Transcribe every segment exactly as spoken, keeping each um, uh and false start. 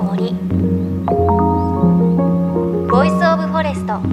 の森ボイスオブフォレスト。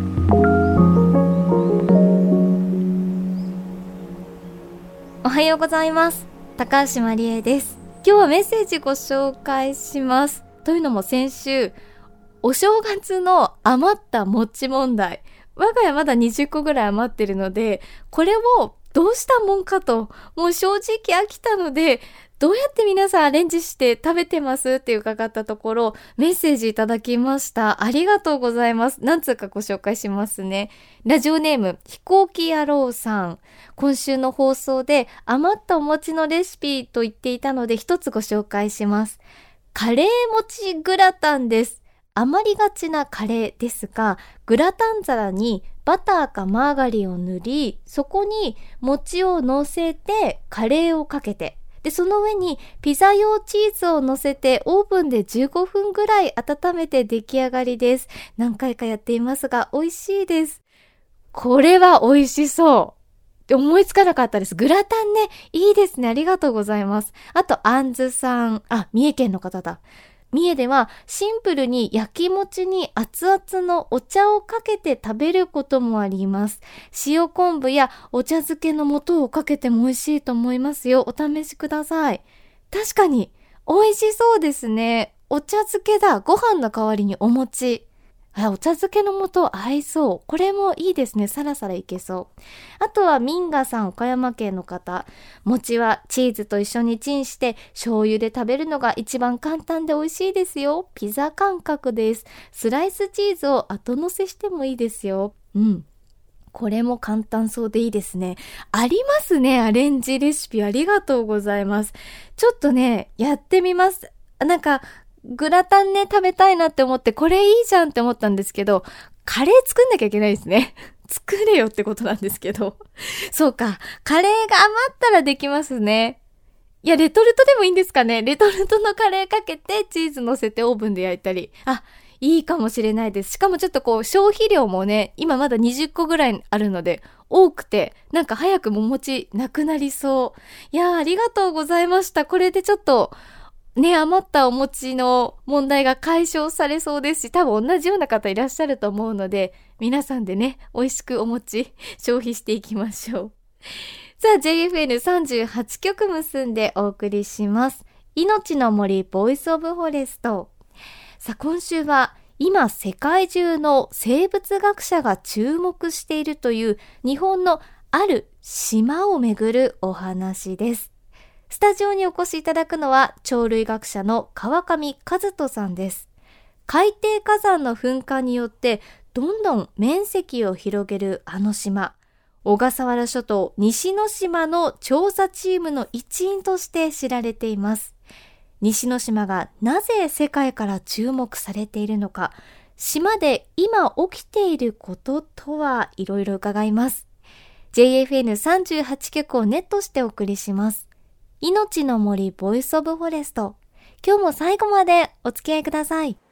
おはようございます。高橋まりえです。今日はメッセージご紹介します。というのも先週お正月の余った餅問題、我が家まだにじゅっこぐらい余ってるので、これをどうしたもんかと、もう正直飽きたので、どうやって皆さんアレンジして食べてますって伺ったところ、メッセージいただきました。ありがとうございます。何通かご紹介しますね。ラジオネーム飛行機野郎さん、今週の放送で余ったお餅のレシピと言っていたので一つご紹介します。カレー餅グラタンです。余りがちなカレーですが、グラタン皿にバターかマーガリンを塗り、そこに餅を乗せてカレーをかけて、でその上にピザ用チーズを乗せてオーブンでじゅうごふんぐらい温めて出来上がりです。何回かやっていますが美味しいです。これは美味しそう思いつかなかったです。グラタンね、いいですね。ありがとうございます。あとあんずさん、あ、三重県の方だ。三重ではシンプルに焼き餅に熱々のお茶をかけて食べることもあります。塩昆布やお茶漬けの素をかけても美味しいと思いますよ。お試しください。確かに美味しそうですね。お茶漬けだ。ご飯の代わりにお餅。あ、お茶漬けの素合いそう。これもいいですね。さらさらいけそう。あとはミンガさん、岡山県の方。餅はチーズと一緒にチンして醤油で食べるのが一番簡単で美味しいですよ。ピザ感覚です。スライスチーズを後乗せしてもいいですよ。うん。これも簡単そうでいいですね。ありますね。アレンジレシピありがとうございます。ちょっとね、やってみます。なんか、グラタンね、食べたいなって思って、これいいじゃんって思ったんですけど、カレー作んなきゃいけないですね。作れよってことなんですけど。そうか、カレーが余ったらできますね。いや、レトルトでもいいんですかね。レトルトのカレーかけて、チーズ乗せてオーブンで焼いたり。あ、いいかもしれないです。しかもちょっとこう、消費量もね、今まだにじゅっこぐらいあるので、多くて、なんか早くも餅なくなりそう。いやー、ありがとうございました。これでちょっと、ね、余ったお餅の問題が解消されそうですし、多分同じような方いらっしゃると思うので、皆さんでね、美味しくお餅消費していきましょう。さあ、ジェイエフエヌさんじゅうはち 曲結んでお送りします。命の森ボイスオブフォレスト。さあ、今週は今世界中の生物学者が注目しているという日本のある島をめぐるお話です。スタジオにお越しいただくのは鳥類学者の川上和人さんです。海底火山の噴火によってどんどん面積を広げるあの島、小笠原諸島西之島の調査チームの一員として知られています。西之島がなぜ世界から注目されているのか、島で今起きていることとはいろいろ伺います。 ジェイエフエヌさんじゅうはち 曲をネットしてお送りします。命の森ボイスオブフォレスト。今日も最後までお付き合いください。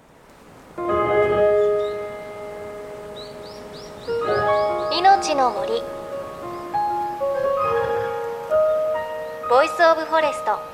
命の森ボイスオブフォレスト。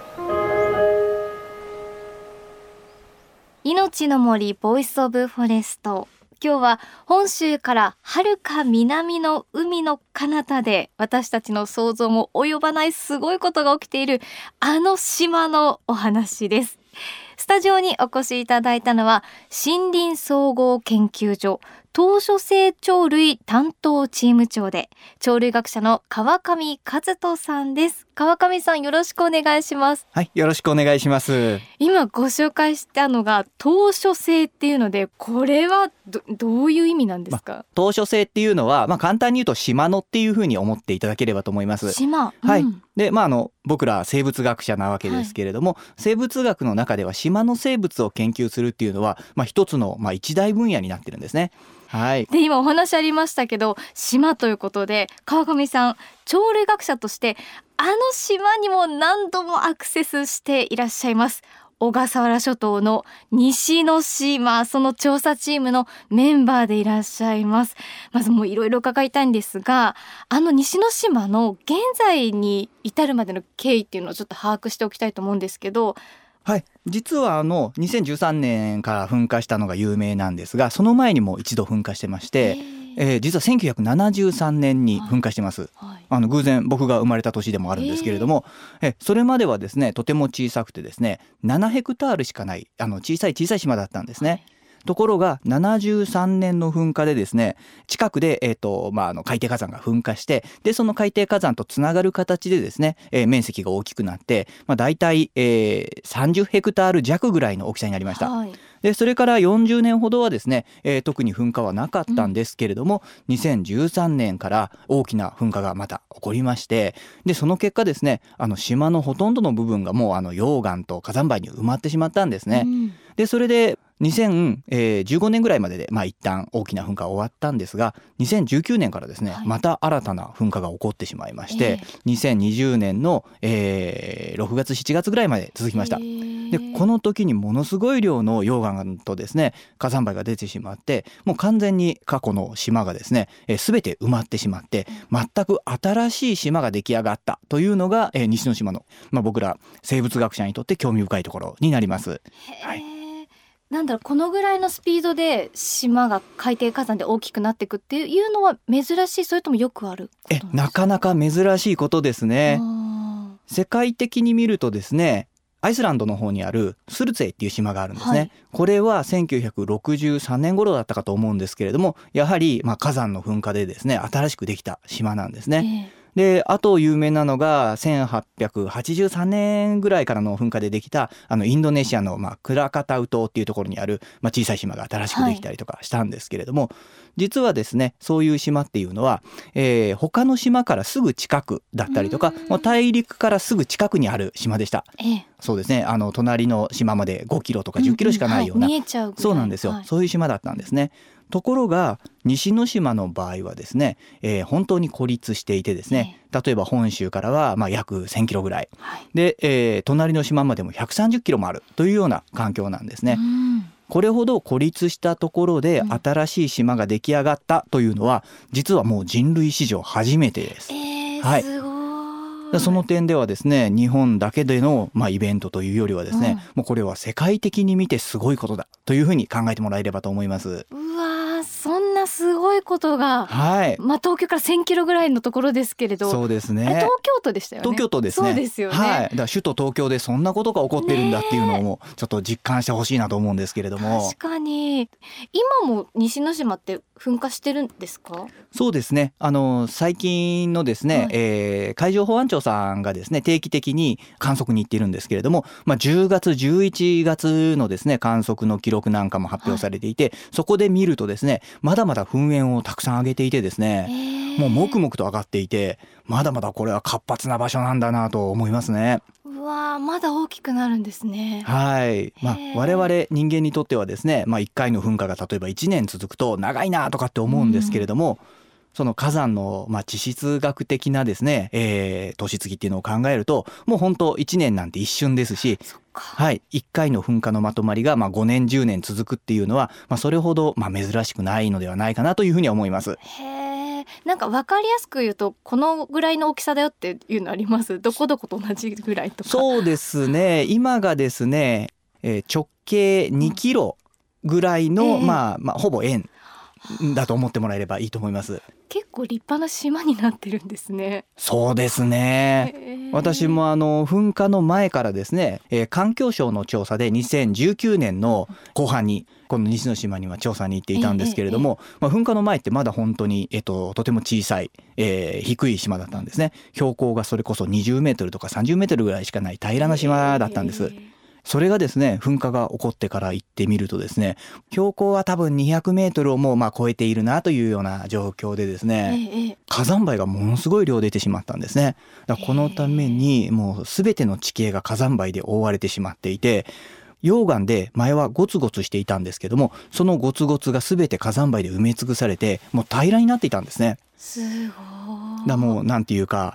命の森ボイスオブフォレスト。今日は本州から遥か南の海の彼方で私たちの想像も及ばないすごいことが起きているあの島のお話です。スタジオにお越しいただいたのは森林総合研究所島嶼性鳥類担当チーム長で鳥類学者の川上和人さんです。川上さん、よろしくお願いします。 はい、よろしくお願いします。 今ご紹介したのが島嶼性っていうので、これは ど, どういう意味なんですか？ま、 島嶼性っていうのは、まあ、簡単に言うと島のっていうふうに思っていただければと思います。 島、うん、 はい。で、まあ、あの僕ら生物学者なわけですけれども、はい、生物学の中では島の生物を研究するっていうのは、まあ、一つの、まあ、一大分野になってるんですね。はい、 で今お話ありましたけど、島ということで川上さん、鳥類学者としてあの島にも何度もアクセスしていらっしゃいます。小笠原諸島の西之島、その調査チームのメンバーでいらっしゃいます。まずもういろいろ伺いたいんですが、あの西之島の現在に至るまでの経緯っていうのをちょっと把握しておきたいと思うんですけど、 はい、実はあのにせんじゅうさんねんから噴火したのが有名なんですが、その前にも一度噴火してまして、えー、実はせんきゅうひゃくななじゅうさんねんに噴火してます、はいはい、あの偶然僕が生まれた年でもあるんですけれども、えー、それまではですねとても小さくてですねななヘクタールしかないあの小さい小さい島だったんですね、はい。ところがななじゅうさんねんの噴火でですね近くで、えーとまあ、あの海底火山が噴火して、でその海底火山とつながる形でですね、えー、面積が大きくなって、まあ、大体、えー、さんじゅうヘクタール弱ぐらいの大きさになりました、はい。でそれからよんじゅうねんほどはですね、えー、特に噴火はなかったんですけれども、うん、にせんじゅうさんねんから大きな噴火がまた起こりまして、でその結果ですねあの島のほとんどの部分がもうあの溶岩と火山灰に埋まってしまったんですね、うん、でそれでにせんじゅうごねんぐらいまでで、まあ、一旦大きな噴火は終わったんですが、にせんじゅうきゅうねんからですね、はい、また新たな噴火が起こってしまいまして、えー、にせんにじゅうねんの、えー、ろくがつしちがつぐらいまで続きました。でこの時にものすごい量の溶岩とですね火山灰が出てしまって、もう完全に過去の島がですね、えー、全て埋まってしまって、全く新しい島が出来上がったというのが、えー、西之島の、まあ、僕ら生物学者にとって興味深いところになります。はい。 なんだろう、このぐらいのスピードで島が海底火山で大きくなっていくっていうのは珍しい、それともよくあることなんですか？ えなかなか珍しいことですね。世界的に見るとですね、アイスランドの方にあるスルツェっていう島があるんですね、はい、これはせんきゅうひゃくろくじゅうさんねん頃だったかと思うんですけれども、やはりまあ火山の噴火でですね新しくできた島なんですね、えーであと有名なのがせんはっぴゃくはちじゅうさんねんぐらいからの噴火でできたあのインドネシアの、まあ、クラカタウ島っていうところにある、まあ、小さい島が新しくできたりとかしたんですけれども、はい、実はですねそういう島っていうのは、えー、他の島からすぐ近くだったりとか、もう大陸からすぐ近くにある島でした、ええ、そうですね、あの隣の島までごキロとかじゅっキロしかないような、 うんうんはい、見えちゃうぐらい、 そうなんですよ、はい、そういう島だったんですね。ところが西之島の場合はですね、えー、本当に孤立していてですね、えー、例えば本州からはまあ約せんキロぐらい、はい、で、えー、隣の島までもひゃくさんじゅっキロもあるというような環境なんですね。うんこれほど孤立したところで新しい島が出来上がったというのは、実はもう人類史上初めてです、 えーはい、 すごい。 その点ではですね日本だけでの、まあ、イベントというよりはですね、うん、もうこれは世界的に見てすごいことだというふうに考えてもらえればと思います。 うわそんなすごいことが、 はいまあ、東京からせんキロぐらいのところですけれど、 そうですね、 東京都でしたよね。 東京都ですね。 そうですよね、 はい、だから首都東京でそんなことが起こってるんだっていうのをもちょっと実感してほしいなと思うんですけれども。 確かに今も西之島って噴火してるんですか？ そうですね、あの最近のですね、はいえー、海上保安庁さんがですね定期的に観測に行っているんですけれども、まあ、じゅうがつじゅういちがつのですね観測の記録なんかも発表されていて、はい、そこで見るとですねまだまだ噴煙をたくさん上げていてですね、もう黙々と上がっていて、まだまだこれは活発な場所なんだなと思いますね。 うわーまだ大きくなるんですね。 はい、まあ、我々人間にとってはですね、まあ、いっかいの噴火が例えばいちねん続くと長いなとかって思うんですけれども、うん、その火山のまあ地質学的なですね、えー、年月っていうのを考えるともう本当いちねんなんて一瞬ですし、はい、いっかいの噴火のまとまりがまあごねんじゅうねん続くっていうのは、まあ、それほどまあ珍しくないのではないかなというふうに思います。 へーなんか分かりやすく言うとこのぐらいの大きさだよっていうのあります？どこどこと同じぐらいとか。 そうですね、今がですね、えー、直径にキロぐらいの、うんえーまあまあ、ほぼ円だと思ってもらえればいいと思います。 結構立派な島になってるんですね。 そうですね、私もあの噴火の前からですね、えー、環境省の調査でにせんじゅうきゅうねんの後半にこの西之島には調査に行っていたんですけれども、まあ、噴火の前ってまだ本当に、えっと、とても小さい、えー、低い島だったんですね。標高がそれこそにじゅうメートルとかさんじゅうメートルぐらいしかない平らな島だったんです。それがですね噴火が起こってから行ってみるとですね、標高は多分にひゃくメートルをもうまあ超えているなというような状況でですね、火山灰がものすごい量出てしまったんですね。だからこのためにもう全ての地形が火山灰で覆われてしまっていて、溶岩で前はゴツゴツしていたんですけども、そのゴツゴツが全て火山灰で埋め尽くされてもう平らになっていたんですね。 すごい。 だもうなんていうか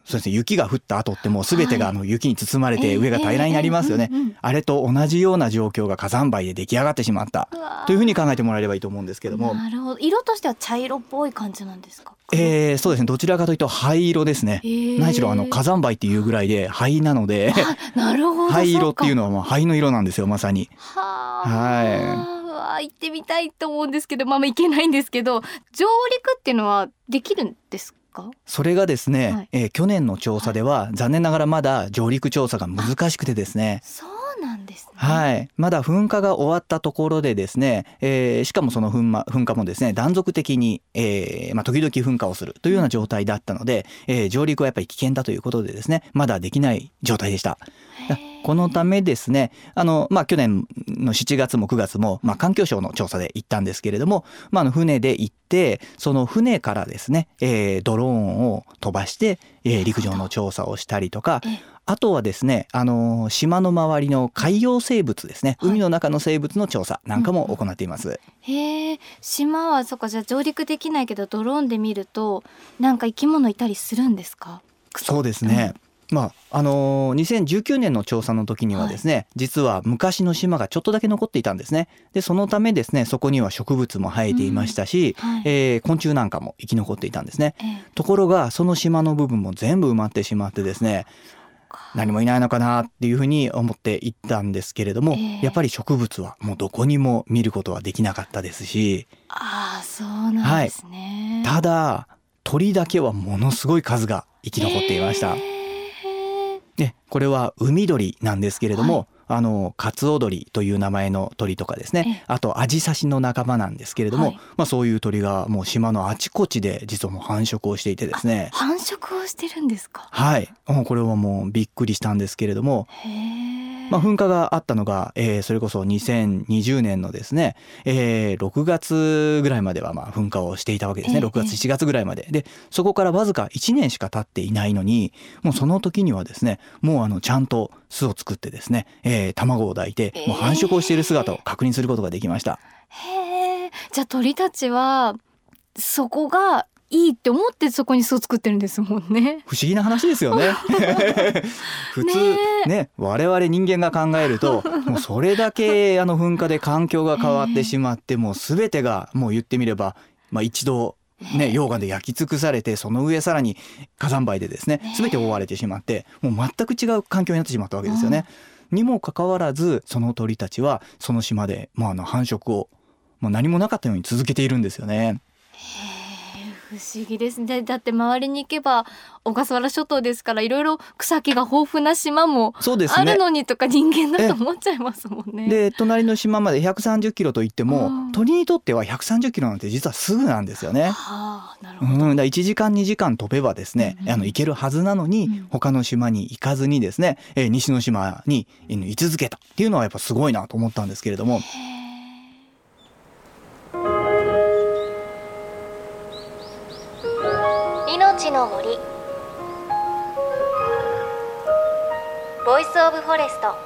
そうですね、雪が降った後ってもう全てがあの雪に包まれて上が平らになりますよね、 えーえーうんうん、 あれと同じような状況が火山灰で出来上がってしまったというふうに考えてもらえればいいと思うんですけども。 なるほど。色としては茶色っぽい感じなんですか？ えー、そうですね、どちらかというと灰色ですね、 えー、 何しろあの火山灰っていうぐらいで灰なのでなるほど、 灰色っていうのはまあ灰の色なんですよ、まさに。 はあ、 はい、 うわ行ってみたいと思うんですけど、まあ、行けないんですけど、上陸っていうのはできるんですか？ それがですね、 はい、 えー、去年の調査では、はい、残念ながらまだ上陸調査が難しくてですね。 そうなんですね。 はい、まだ噴火が終わったところでですね、えー、しかもその 噴,、ま、噴火もですね断続的に、えーまあ、時々噴火をするというような状態だったので、えー、上陸はやっぱり危険だということでですね、まだできない状態でした。このためですね、あの、まあ、去年のしちがつもくがつも、まあ、環境省の調査で行ったんですけれども、まあ、あの船で行って、その船からですね、えー、ドローンを飛ばして、えー、陸上の調査をしたりとか、あとはですね、あの島の周りの海洋生物ですね、海の中の生物の調査なんかも行っています。はいうん、へえ、島はそっか、じゃあ上陸できないけどドローンで見るとなんか生き物いたりするんですか？ そうですね、うん、まああのー、にせんじゅうきゅうねんの調査の時にはですね、はい、実は昔の島がちょっとだけ残っていたんですね。でそのためですね、そこには植物も生えていましたし、うんはい、えー、昆虫なんかも生き残っていたんですね、えー、ところがその島の部分も全部埋まってしまってですね、何もいないのかなっていうふうに思っていったんですけれども、えー、やっぱり植物はもうどこにも見ることはできなかったですし、 ああそうなんですね、 はい、ただ鳥だけはものすごい数が生き残っていました、えー、でこれは海鳥なんですけれども、はい、あのカツオドリという名前の鳥とかですね、あとアジサシの仲間なんですけれども、はい、まあ、そういう鳥がもう島のあちこちで実はもう繁殖をしていてですね。 繁殖をしてるんですか？ はい、これはもうびっくりしたんですけれども、 へー、 まあ、噴火があったのが、えー、それこそにせんにじゅうねんのですね、えー、ろくがつぐらいまではまあ噴火をしていたわけですね、えー、ろくがつしちがつぐらいまでで、そこからわずかいちねんしか経っていないのに、もうその時にはですね、もうあのちゃんと巣を作ってですね、えー、卵を抱いてもう繁殖をしている姿を確認することができました。 へー、じゃあ鳥たちはそこがいいって思ってそこに巣を作ってるんですもんね。 不思議な話ですよね普通 ね, ね我々人間が考えるともうそれだけあの噴火で環境が変わってしまって、もう全てがもう言ってみれば、まあ、一度ね、溶岩で焼き尽くされて、その上さらに火山灰でですね全て覆われてしまって、もう全く違う環境になってしまったわけですよね。にもかかわらずその鳥たちはその島で、まあ、あの繁殖をもう何もなかったように続けているんですよね。 不思議ですね。だって周りに行けば小笠原諸島ですから、いろいろ草木が豊富な島もあるのにとか人間だと思っちゃいますもんね。 で隣の島までひゃくさんじゅっキロといっても、うん、鳥にとってはひゃくさんじゅっキロなんて実はすぐなんですよね。 はあ、なるほど。 うん、だいちじかんにじかん飛べばですね、うんうん、あの行けるはずなのに、うん、他の島に行かずにですね、えー、西の島に居続けたっていうのはやっぱすごいなと思ったんですけれども、 命の森ボイスオブフォレスト。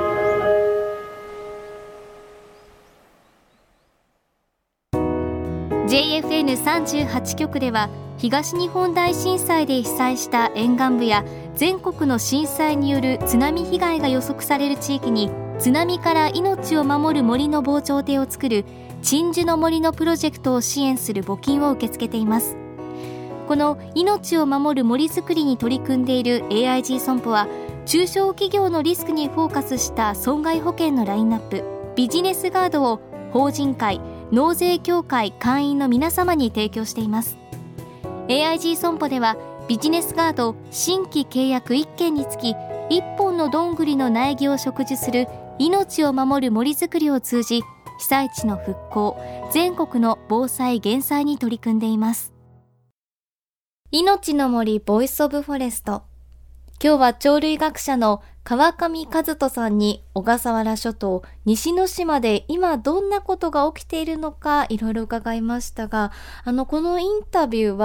ジェイエフエヌさんじゅうはち 局では東日本大震災で被災した沿岸部や全国の震災による津波被害が予測される地域に津波から命を守る森の防潮堤を作る鎮守の森のプロジェクトを支援する募金を受け付けています。この命を守る森づくりに取り組んでいる エーアイジー 損保は、中小企業のリスクにフォーカスした損害保険のラインナップビジネスガードを法人会、納税協会会員の皆様に提供しています。 エーアイジー 損保ではビジネスガード新規契約いっけんにつきいっぽんのどんぐりの苗木を植樹する命を守る森づくりを通じ、被災地の復興、全国の防災減災に取り組んでいます。命の森ボイスオブフォレスト。今日は鳥類学者の川上和人さんに小笠原諸島西之島で今どんなことが起きているのかいろいろ伺いましたが、あのこのインタビューは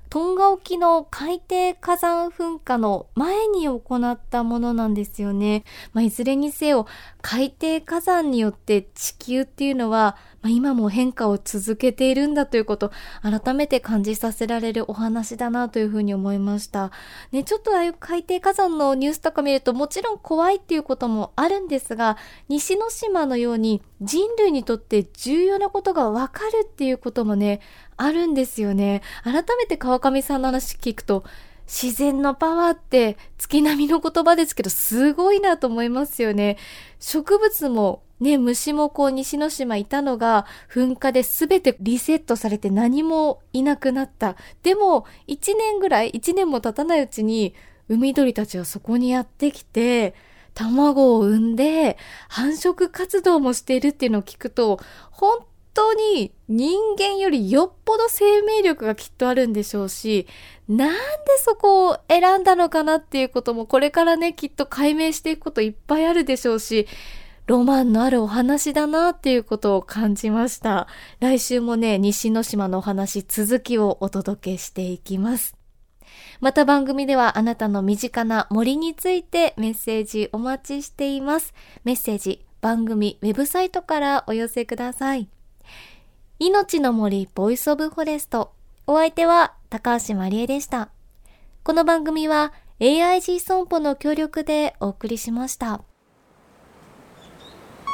トンガ沖の海底火山噴火の前に行ったものなんですよね。まあ、いずれにせよ海底火山によって地球っていうのは、まあ、今も変化を続けているんだということ改めて感じさせられるお話だなというふうに思いました。ね、ちょっとああいう海底火山のニュースとか見るともちろん怖いっていうこともあるんですが、西之島のように人類にとって重要なことがわかるっていうこともねあるんですよね。改めて川上さんの話聞くと自然のパワーって月並みの言葉ですけどすごいなと思いますよね。植物もね、虫もこう西之島いたのが噴火で全てリセットされて何もいなくなった。でもいちねんぐらい、いちねんも経たないうちに海鳥たちはそこにやってきて卵を産んで繁殖活動もしているっていうのを聞くと本当に人間よりよっぽど生命力がきっとあるんでしょうし、なんでそこを選んだのかなっていうこともこれからねきっと解明していくこといっぱいあるでしょうし、ロマンのあるお話だなっていうことを感じました。来週もね西之島のお話続きをお届けしていきます。また番組ではあなたの身近な森についてメッセージお待ちしています。メッセージ番組ウェブサイトからお寄せください。命の森ボイスオブフォレスト、お相手は高橋まりえでした。この番組は エーアイジー 損保の協力でお送りしました。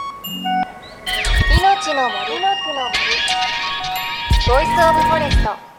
命の森ボイスオブフォレスト。